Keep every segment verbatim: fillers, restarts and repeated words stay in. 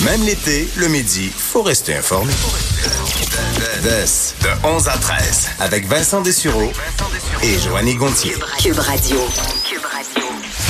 Même l'été, le midi, faut rester informé. De, de onze à treize, avec Vincent Dessureau et Joanny Gontier. Cube Radio. Cube Radio.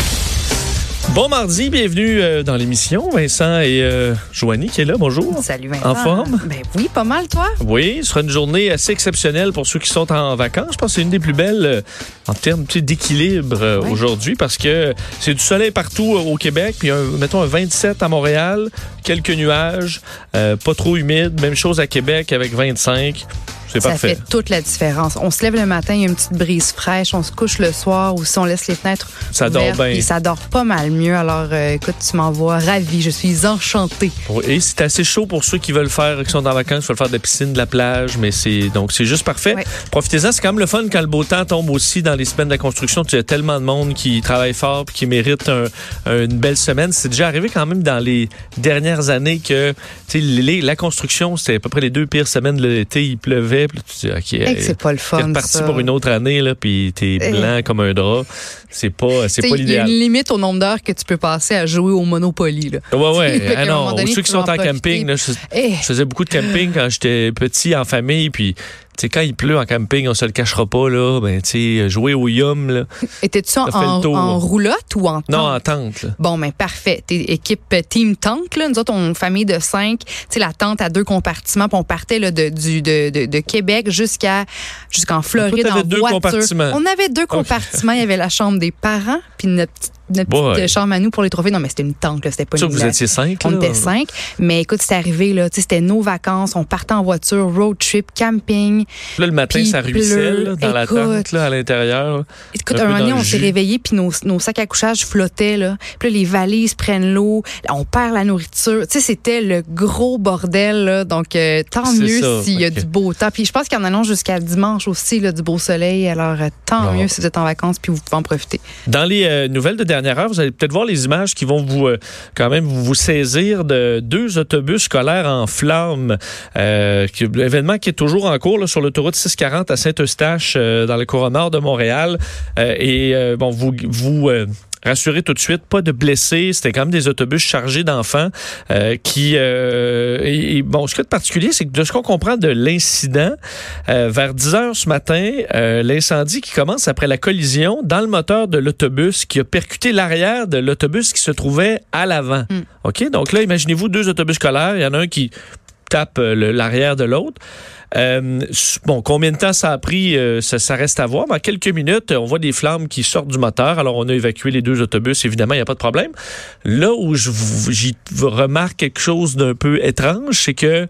Bon mardi, bienvenue euh, dans l'émission. Vincent et euh, Joanny qui est là, bonjour. Salut Vincent. En forme? Ben oui, pas mal toi. Oui, ce sera une journée assez exceptionnelle pour ceux qui sont en vacances. Je pense que c'est une des plus belles euh, en termes tu sais, d'équilibre euh, ouais. aujourd'hui parce que c'est du soleil partout euh, au Québec. Puis un, mettons un vingt-sept à Montréal, quelques nuages, euh, pas trop humide. Même chose à Québec avec vingt-cinq. C'est ça parfait. fait toute la différence. On se lève le matin, il y a une petite brise fraîche, on se couche le soir ou si on laisse les fenêtres ça ouvertes, dort bien. Et ça dort pas mal mieux. Alors, euh, écoute, tu m'envoies ravie. Je suis enchantée. Et c'est assez chaud pour ceux qui veulent faire, qui sont en vacances, qui veulent faire de la piscine, de la plage, mais c'est donc c'est juste parfait. Ouais. Profitez-en, c'est quand même le fun quand le beau temps tombe aussi dans les semaines de la construction. Tu as tellement de monde qui travaille fort et qui mérite un, un, une belle semaine. C'est déjà arrivé quand même dans les dernières années que tu sais, les, la construction, c'était à peu près les deux pires semaines de l'été. Il pleuvait, puis tu dis, OK. Hey, c'est pas le fun. T'es reparti ça. pour une autre année, là, puis t'es blanc hey. comme un drap. C'est pas, c'est pas l'idéal. Il y a une limite au nombre d'heures que tu peux passer à jouer au Monopoly, là. Ouais, ouais. Ah non, donné, ceux qui sont en camping, là, je, hey. je faisais beaucoup de camping quand j'étais petit en famille, puis tu sais, quand il pleut en camping, on se le cachera pas, là. Ben, tu sais, jouer au yum, là. Étais-tu en, en, en roulotte ou en tente? Non, en tente, là. Bon, ben, parfait. T'es équipe Team Tente, là. Nous autres, on est une famille de cinq. Tu sais, la tente à deux compartiments, puis on partait, là, de, du, de, de, de Québec jusqu'à, jusqu'en Floride, en deux voiture. Compartiments. On avait deux compartiments. Okay. Il y avait la chambre des parents, puis notre petite notre petite ouais. chambre à nous pour les trophées. Non, mais c'était une tente, là. C'était pas ça, une vous étiez cinq, On là. était cinq. Mais écoute, c'était arrivé, là. Tu sais, c'était nos vacances. On partait en voiture, road trip, camping. Là, le matin, ça ruisselle, là, dans écoute, la tente, là, à l'intérieur. Écoute, un, un moment donné, on s'est réveillés, puis nos, nos sacs à couchage flottaient, là. Puis là, les valises prennent l'eau. Là, on perd la nourriture. Tu sais, c'était le gros bordel, là. Donc, euh, tant C'est mieux s'il okay. y a du beau temps. Puis je pense qu'il y en annonce jusqu'à dimanche aussi, là, du beau soleil. Alors, euh, tant bon. mieux si vous êtes en vacances, puis vous pouvez en profiter. Dans les euh, nouvelles de dernière heure, vous allez peut-être voir les images qui vont vous euh, quand même vous saisir de deux autobus scolaires en flammes. Euh, qui, l'événement qui est toujours en cours là, sur l'autoroute six cent quarante à Saint-Eustache euh, dans le courant nord de Montréal. Euh, et euh, bon, vous vous euh, rassurez tout de suite, pas de blessés. C'était quand même des autobus chargés d'enfants euh, qui... Euh, et, et bon, ce qui est particulier, c'est que de ce qu'on comprend de l'incident, euh, vers dix heures ce matin, euh, l'incendie qui commence après la collision dans le moteur de l'autobus qui a percuté l'arrière de l'autobus qui se trouvait à l'avant. Mm. OK? Donc là, imaginez-vous deux autobus scolaires. Il y en a un qui tape le, l'arrière de l'autre. Euh, bon, combien de temps ça a pris, euh, ça, ça reste à voir. Mais en quelques minutes, on voit des flammes qui sortent du moteur. Alors, on a évacué les deux autobus. Évidemment, il n'y a pas de problème. Là où je, j'y remarque quelque chose d'un peu étrange, c'est que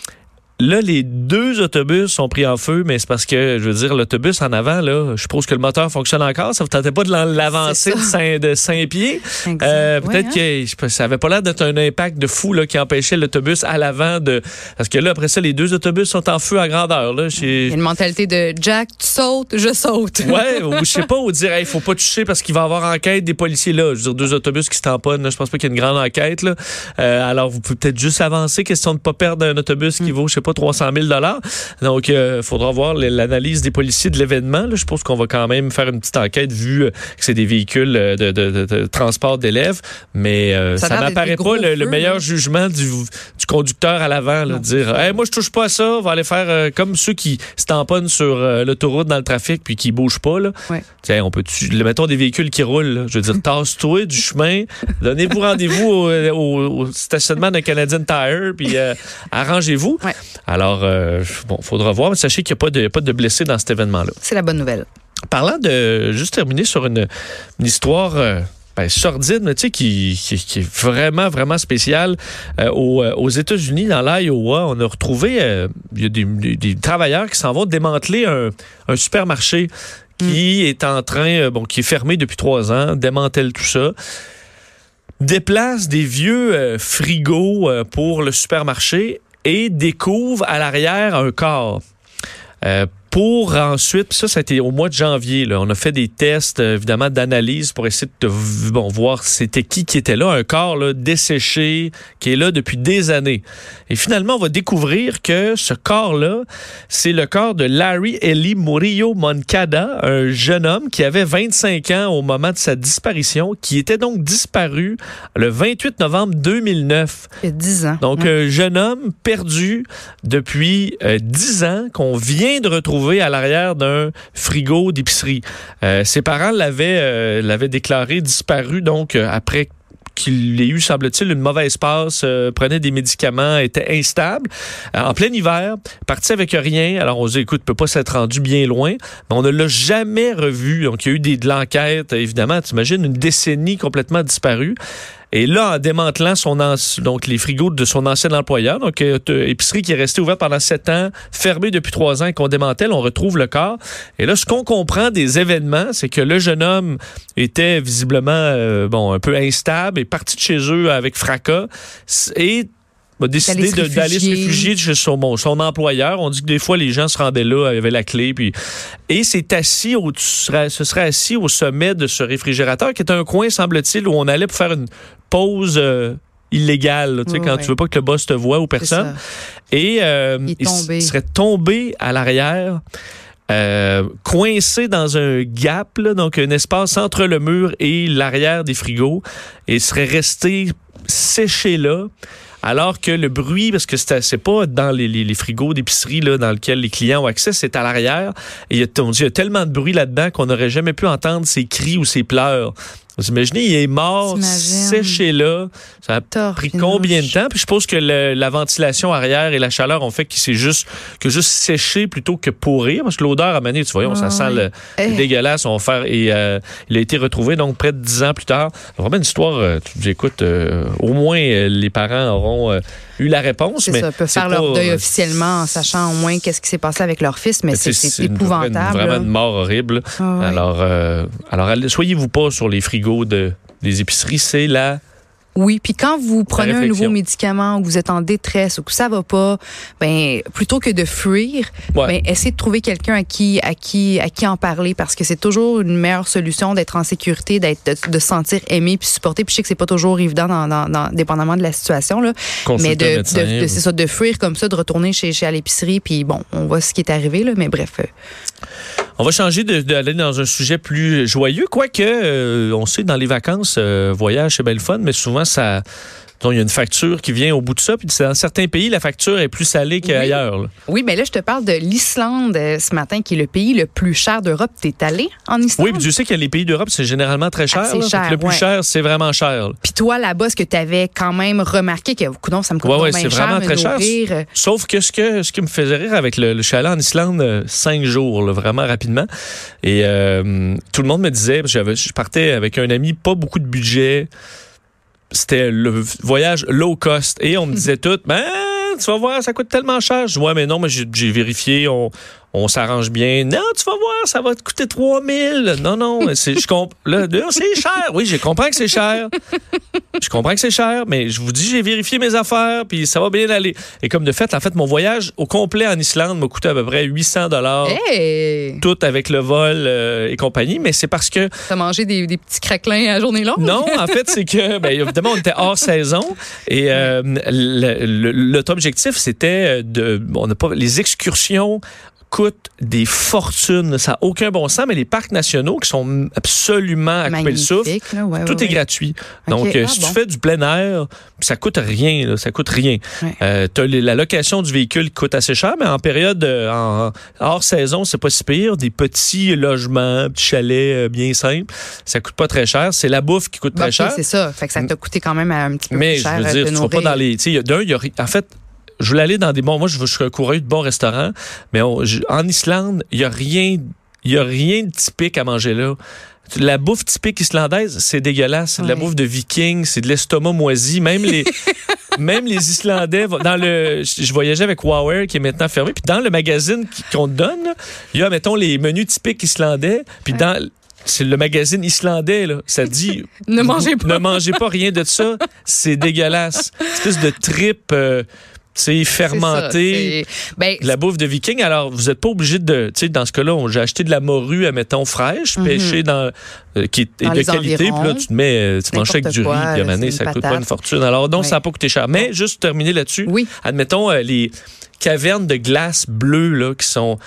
là, les deux autobus sont pris en feu, mais c'est parce que, je veux dire, l'autobus en avant, là, je suppose que le moteur fonctionne encore. Ça vous tentait pas de l'avancer de cinq, de cinq pieds? Euh, peut-être ouais, hein? que ça avait pas l'air d'être un impact de fou là, qui empêchait l'autobus à l'avant de... Parce que là, après ça, les deux autobus sont en feu à grandeur. Là. Il y a une mentalité de « Jack, tu sautes, je saute ». Ouais, ou je sais pas, ou dire « il faut pas toucher parce qu'il va y avoir enquête des policiers là ». Je veux dire, deux autobus qui se tamponnent, là, je pense pas qu'il y ait une grande enquête. Là. Euh, alors, vous pouvez peut-être juste avancer, question de pas perdre un autobus qui mm. vaut, je sais pas, trois cent mille dollars. Donc, il euh, faudra voir l'analyse des policiers de l'événement. Là, je pense qu'on va quand même faire une petite enquête vu que c'est des véhicules de, de, de, de transport d'élèves. Mais euh, ça, ça m'apparaît pas le, le meilleur jugement du, du conducteur à l'avant. De dire hey, « moi, je touche pas à ça. On va aller faire euh, comme ceux qui se tamponnent sur euh, l'autoroute dans le trafic puis qui bougent pas. » Là. Ouais. T'sais, on peut mettons des véhicules qui roulent. Là. Je veux dire, tasse-toi du chemin. Donnez-vous rendez-vous au, au, au stationnement d'un Canadian Tire puis euh, arrangez-vous. Ouais. Alors, euh, bon, faudra voir. Mais sachez qu'il n'y a pas de, pas de blessés dans cet événement-là. C'est la bonne nouvelle. Parlant de... Juste terminer sur une, une histoire... Euh, Ben, sordide, mais tu sais, qui, qui, qui est vraiment, vraiment spéciale. Euh, aux, aux États-Unis, dans l'Iowa, on a retrouvé, euh, il y a des, des, des travailleurs qui s'en vont démanteler un, un supermarché qui mm. est en train, euh, bon, qui est fermé depuis trois ans, démantèle tout ça, déplace des vieux euh, frigos euh, pour le supermarché et découvre à l'arrière un corps. Euh, pour ensuite, puis ça, ça a été au mois de janvier, là, on a fait des tests, euh, évidemment, d'analyse pour essayer de bon, voir c'était qui qui était là, un corps là, desséché, qui est là depuis des années. Et finalement, on va découvrir que ce corps-là, c'est le corps de Larry Eli Murillo Moncada, un jeune homme qui avait vingt-cinq ans au moment de sa disparition, qui était donc disparu le vingt-huit novembre deux mille neuf. Il y a dix ans. Donc, ouais. Un jeune homme perdu depuis euh, dix ans qu'on vient de retrouver à l'arrière d'un frigo d'épicerie. Euh, ses parents l'avaient, euh, l'avaient déclaré disparu, donc, euh, après qu'il ait eu, semble-t-il, une mauvaise passe, euh, prenait des médicaments, était instable. Euh, en plein hiver, parti avec rien. Alors, on se dit, écoute, peut pas s'être rendu bien loin. Mais on ne l'a jamais revu. Donc, il y a eu des, de l'enquête, évidemment. T'imagines une décennie complètement disparue. Et là, en démantelant son an- donc les frigos de son ancien employeur, donc euh, épicerie qui est restée ouverte pendant sept ans, fermée depuis trois ans et qu'on démantèle, on retrouve le corps. Et là, ce qu'on comprend des événements, c'est que le jeune homme était visiblement euh, bon un peu instable et parti de chez eux avec fracas et a décidé de, d'aller se réfugier chez son, son employeur. On dit que des fois, les gens se rendaient là, avaient la clé. Puis... Et c'est assis au, se serait assis au sommet de ce réfrigérateur, qui est un coin, semble-t-il, où on allait pour faire une pause euh, illégale, là, tu sais, oui, quand oui. tu veux pas que le boss te voie ou personne. Et euh, il, il serait tombé à l'arrière. Euh, coincé dans un gap, là, donc un espace entre le mur et l'arrière des frigos, et serait resté séché là. Alors que le bruit, parce que c'est, c'est pas dans les, les, les frigos d'épicerie là, dans lesquels les clients ont accès, c'est à l'arrière. Et il y a, on dit, il y a tellement de bruit là-dedans qu'on n'aurait jamais pu entendre ses cris ou ses pleurs. Vous imaginez, il est mort, T'imagines. séché là. Ça a Torre, pris finouche. combien de temps? Puis je suppose que le, la ventilation arrière et la chaleur ont fait qu'il s'est juste, que juste séché plutôt que pourrir. Parce que l'odeur, à maner, tu vois, oh, ça sent le, hey. le dégueulasse. On va faire, et euh, il a été retrouvé donc près de dix ans plus tard. Vraiment une histoire, euh, tu dis, écoute, euh, au moins euh, les parents auront euh, eu la réponse. C'est mais ça, peuvent c'est faire pas, leur deuil euh, officiellement en sachant au moins qu'est-ce qui s'est passé avec leur fils, mais c'est, c'est, c'est épouvantable. Une, vraiment là. une mort horrible. Ah, ouais. Alors, euh, alors allez, soyez-vous pas sur les frigos de, des épiceries, c'est la... Oui, puis quand vous prenez un réflexion. nouveau médicament ou vous êtes en détresse ou que ça va pas, ben plutôt que de fuir, Ouais. ben essayez de trouver quelqu'un à qui à qui à qui en parler parce que c'est toujours une meilleure solution d'être en sécurité, d'être de, de se sentir aimé puis supporté. Puis je sais que c'est pas toujours évident dans, dans, dans dépendamment de la situation là, Consulter mais de, un médecin, de, de c'est ça de fuir comme ça, de retourner chez chez à l'épicerie puis bon, on voit ce qui est arrivé là, mais bref. Euh, On va changer de, d'aller dans un sujet plus joyeux, quoique euh, on sait dans les vacances, euh, voyage c'est bien le fun, mais souvent ça, donc, il y a une facture qui vient au bout de ça, puis dans certains pays la facture est plus salée qu'ailleurs. Là. Oui, mais là je te parle de l'Islande euh, ce matin qui est le pays le plus cher d'Europe. T'es allé en Islande? Oui, puis tu sais que les pays d'Europe c'est généralement très cher. Ah, c'est là. cher, le plus ouais. cher, c'est vraiment cher. Là. Puis toi, là-bas, est-ce que tu avais quand même remarqué que, coudonc, ça me coûte Ouais, pas ouais, bien c'est cher, vraiment me très cher. nourrir. Sauf que ce, que ce qui me faisait rire avec le, le je suis allé en Islande euh, cinq jours, là, vraiment rapidement. Et euh, tout le monde me disait, j'avais, je partais avec un ami, pas beaucoup de budget. C'était le voyage low cost. Et on me disait tout, ben, tu vas voir, ça coûte tellement cher. Je dis, ouais, mais non, mais j'ai, j'ai vérifié, on, on s'arrange bien. Non, tu vas voir, ça va te coûter trois mille. Non, non, c'est, je comp- là, là, c'est cher. Oui, je comprends que c'est cher. Je comprends que c'est cher, mais je vous dis, j'ai vérifié mes affaires, puis ça va bien aller. Et comme de fait, en fait, mon voyage au complet en Islande m'a coûté à peu près huit cents dollars. Hey! Tout avec le vol euh, et compagnie, mais c'est parce que... T'as mangé des, des petits craquelins à journée longue? Non, en fait, c'est que, ben, évidemment, on était hors saison et euh, le, le, notre objectif, c'était de... On n'a pas... Les excursions coûtent des fortunes. Ça n'a aucun bon sens, mais les parcs nationaux qui sont absolument à couper le souffle, là, ouais, tout ouais, est ouais. gratuit. Okay. Donc, euh, Ah, si bon. tu fais du plein air, ça coûte rien. Là, ça coûte rien. Ouais. Euh, t'as les- la location du véhicule qui coûte assez cher, mais en période euh, en, hors saison, c'est pas si pire. Des petits logements, petits chalets euh, bien simples, ça coûte pas très cher. C'est la bouffe qui coûte Bon, très ok, cher. c'est ça. Fait que ça t'a coûté quand même un petit peu Mais plus cher je veux euh, dire, de tu vas pas nourrir. dans les... Tu sais, il y a- d'un, il y a... ri- En fait, je voulais aller dans des bons... Moi, je, je suis un coureur de bons restaurants, mais on- je- en Islande, il y a rien... Il y a rien de typique à manger là. La bouffe typique islandaise, c'est dégueulasse. C'est de la Ouais. bouffe de vikings, c'est de l'estomac moisi. Même les... Même les Islandais, dans le, je voyageais avec Huawei qui est maintenant fermé, puis dans le magazine qui- qu'on te donne, là, il y a, mettons, les menus typiques islandais, puis Ouais. dans, c'est le magazine islandais, là, ça dit... Ne mangez pas. Ne mangez pas rien de ça, c'est dégueulasse. Une espèce de trip... euh, c'est fermenté, c'est ça, c'est... Ben, la bouffe de viking. Alors, vous n'êtes pas obligé de, tu sais, dans ce cas-là, on, j'ai acheté de la morue, admettons, fraîche, mm-hmm. pêchée dans, euh, qui est dans de qualité, puis là, tu te mets, tu manges ça avec du riz, puis à un moment donné, ça coûte pas une fortune. Alors, donc, oui. ça n'a pas coûté cher. Mais, juste terminer là-dessus, oui. admettons, euh, les cavernes de glace bleue, là, qui sont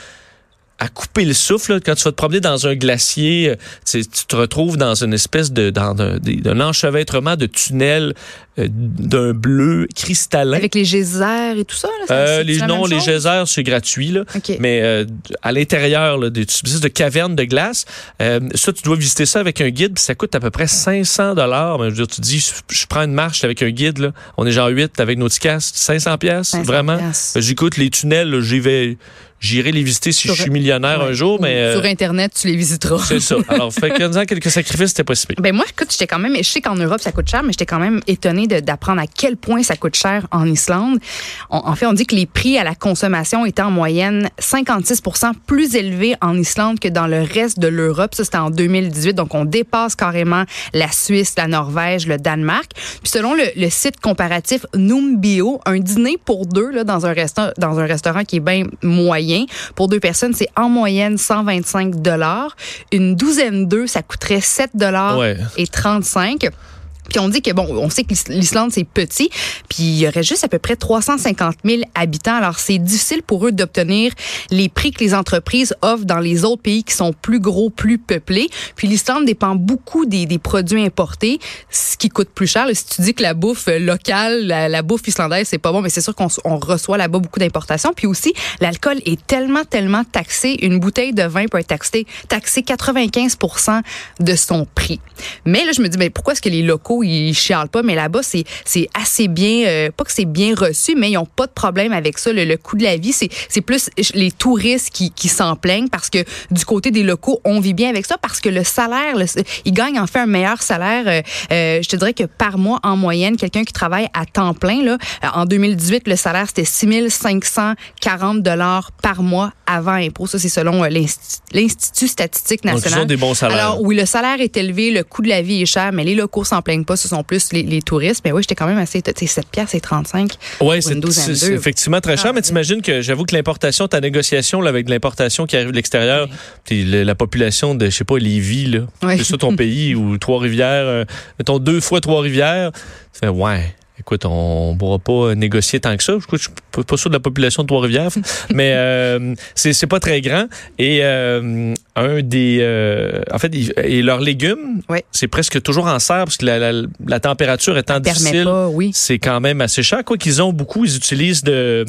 à couper le souffle, là, quand tu vas te promener dans un glacier, tu, tu te retrouves dans une espèce de dans un, d'un enchevêtrement de tunnels euh, d'un bleu cristallin. Avec les geysers et tout ça? Là, ça euh, les, non, les geysers, c'est gratuit. Là. Okay. Mais euh, à l'intérieur, là, des espèces de cavernes de glace, euh, ça, tu dois visiter ça avec un guide, puis ça coûte à peu près cinq cents dollars. Je veux dire, tu dis, je, je prends une marche avec un guide, là, on est genre huit avec Nauticast, cinq cents piastres, vraiment. Piastres. J'écoute les tunnels, là, j'y vais... J'irai les visiter si sur, je suis millionnaire ouais, un jour, mais... Euh, sur Internet, tu les visiteras. C'est ça. Alors, fait que, en faisant quelques sacrifices, c'était possible. Ben moi, écoute, j'étais quand même... Je sais qu'en Europe, ça coûte cher, mais j'étais quand même étonnée de, d'apprendre à quel point ça coûte cher en Islande. On, en fait, on dit que les prix à la consommation étaient en moyenne cinquante-six pour cent plus élevés en Islande que dans le reste de l'Europe. Ça, c'était en deux mille dix-huit. Donc, on dépasse carrément la Suisse, la Norvège, le Danemark. Puis selon le, le site comparatif Numbeo, un dîner pour deux là, dans, un resta- dans un restaurant qui est bien moyen, pour deux personnes, c'est en moyenne cent vingt-cinq dollars. Une douzaine d'œufs, ça coûterait sept dollars ouais. et trente-cinq. Puis on dit que, bon, on sait que l'Islande, c'est petit, puis il y aurait juste à peu près trois cent cinquante mille habitants. Alors, c'est difficile pour eux d'obtenir les prix que les entreprises offrent dans les autres pays qui sont plus gros, plus peuplés. Puis l'Islande dépend beaucoup des, des produits importés, ce qui coûte plus cher. Là, si tu dis que la bouffe locale, la, la bouffe islandaise, c'est pas bon, mais c'est sûr qu'on on reçoit là-bas beaucoup d'importations. Puis aussi, l'alcool est tellement, tellement taxé. Une bouteille de vin peut être taxée, taxée quatre-vingt-quinze pour cent de son prix. Mais là, je me dis, ben, pourquoi est-ce que les locaux ils chialent pas, mais là-bas, c'est, c'est assez bien, euh, pas que c'est bien reçu, mais ils n'ont pas de problème avec ça. Le, le coût de la vie, c'est, c'est plus les touristes qui, qui s'en plaignent parce que du côté des locaux, on vit bien avec ça parce que le salaire, le, ils gagnent en fait un meilleur salaire. Euh, euh, je te dirais que par mois, en moyenne, quelqu'un qui travaille à temps plein, là, en deux mille dix-huit, le salaire, c'était six mille cinq cent quarante dollars par mois avant impôt. Ça, c'est selon euh, l'Institut, l'Institut statistique national. Donc, ils ont des bons salaires. Alors, oui, le salaire est élevé, le coût de la vie est cher, mais les locaux s'en plaignent pas. Ce sont plus les, les touristes. Mais oui, j'étais quand même assez... Tu sais, sept piastres et trente-cinq Oui, c'est, c'est, c'est effectivement très cher. Ah, mais t'imagines que j'avoue que l'importation, ta négociation là, avec de l'importation qui arrive de l'extérieur, oui. la, la population de, je sais pas, Lévis, là, oui. c'est ça ton pays, ou Trois-Rivières, euh, mettons deux fois Trois-Rivières, tu fais, ouais... Écoute, on ne pourra pas négocier tant que ça. Je ne suis pas sûr de la population de Trois-Rivières, mais euh, c'est, c'est pas très grand. Et euh, un des... Euh, en fait, et leurs légumes, oui. c'est presque toujours en serre parce que la, la, la température étant ça difficile, pas, oui. c'est quand même assez cher. Quoi qu'ils ont beaucoup, ils utilisent de,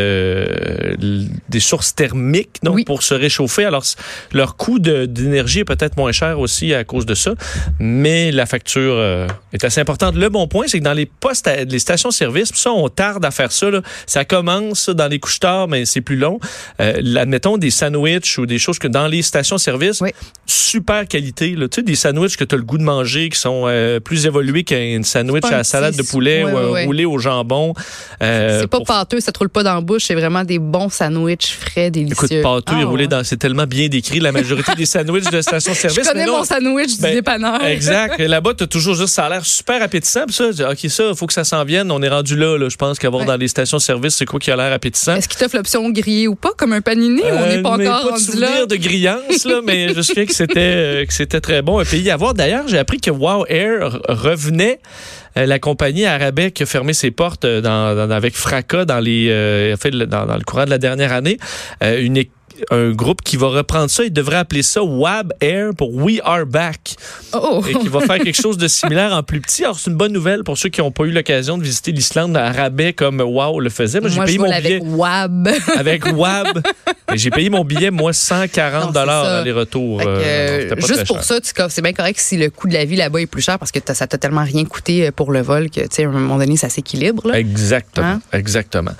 de, de, des sources thermiques donc oui. pour se réchauffer. Alors, leur coût de, d'énergie est peut-être moins cher aussi à cause de ça, mais la facture euh, est assez importante. Le bon point, c'est que dans les postes à les stations-service, puis ça, on tarde à faire ça. Là. Ça commence dans les couches-tard, mais c'est plus long. Euh, admettons des sandwichs ou des choses que dans les stations-service, oui. super qualité. Là. Tu sais, des sandwichs que tu as le goût de manger, qui sont euh, plus évolués qu'un sandwich à la salade de poulet ouais, ou un ouais. roulé au jambon. Euh, c'est pas pour... pâteux, ça te roule pas dans la bouche. C'est vraiment des bons sandwichs frais, délicieux. Écoute, pâteux ah, et roulé ouais. dans... C'est tellement bien décrit, la majorité des sandwichs de station-service. Je connais non, mon sandwich ben, du dépanneur. Exact. Là-bas, tu as toujours juste, ça a l'air super appétissant. Puis ça, OK, ça, il faut que ça s'en vienne. On est rendu là, là. Je pense qu'avoir ouais. dans les stations-service, c'est quoi qui a l'air appétissant. Est-ce qu'il t'offre l'option grillée ou pas, comme un panini, euh, ou on n'est pas encore pas rendu de là? de grillance, là, mais je me souviens que c'était, euh, que c'était très bon. Un pays à voir. D'ailleurs, j'ai appris que Wow Air revenait. Euh, la compagnie Arabais qui a fermé ses portes dans, dans, avec fracas dans, les, euh, fait, dans, dans le courant de la dernière année. Euh, une un groupe qui va reprendre ça, il devrait appeler ça Wab Air pour We Are Back. Oh. Et qui va faire quelque chose de similaire en plus petit. Alors, c'est une bonne nouvelle pour ceux qui n'ont pas eu l'occasion de visiter l'Islande à rabais comme Wow le faisait. Moi, j'ai moi, payé je mon billet. Avec Wab. Avec Wab. Et j'ai payé mon billet, moi, cent quarante dollars aller-retour. Que, euh, non, juste pour ça, tu, c'est bien correct si le coût de la vie là-bas est plus cher parce que ça t'a tellement rien coûté pour le vol que, tu sais, à un moment donné, ça s'équilibre. Là. Exactement. Hein? Exactement.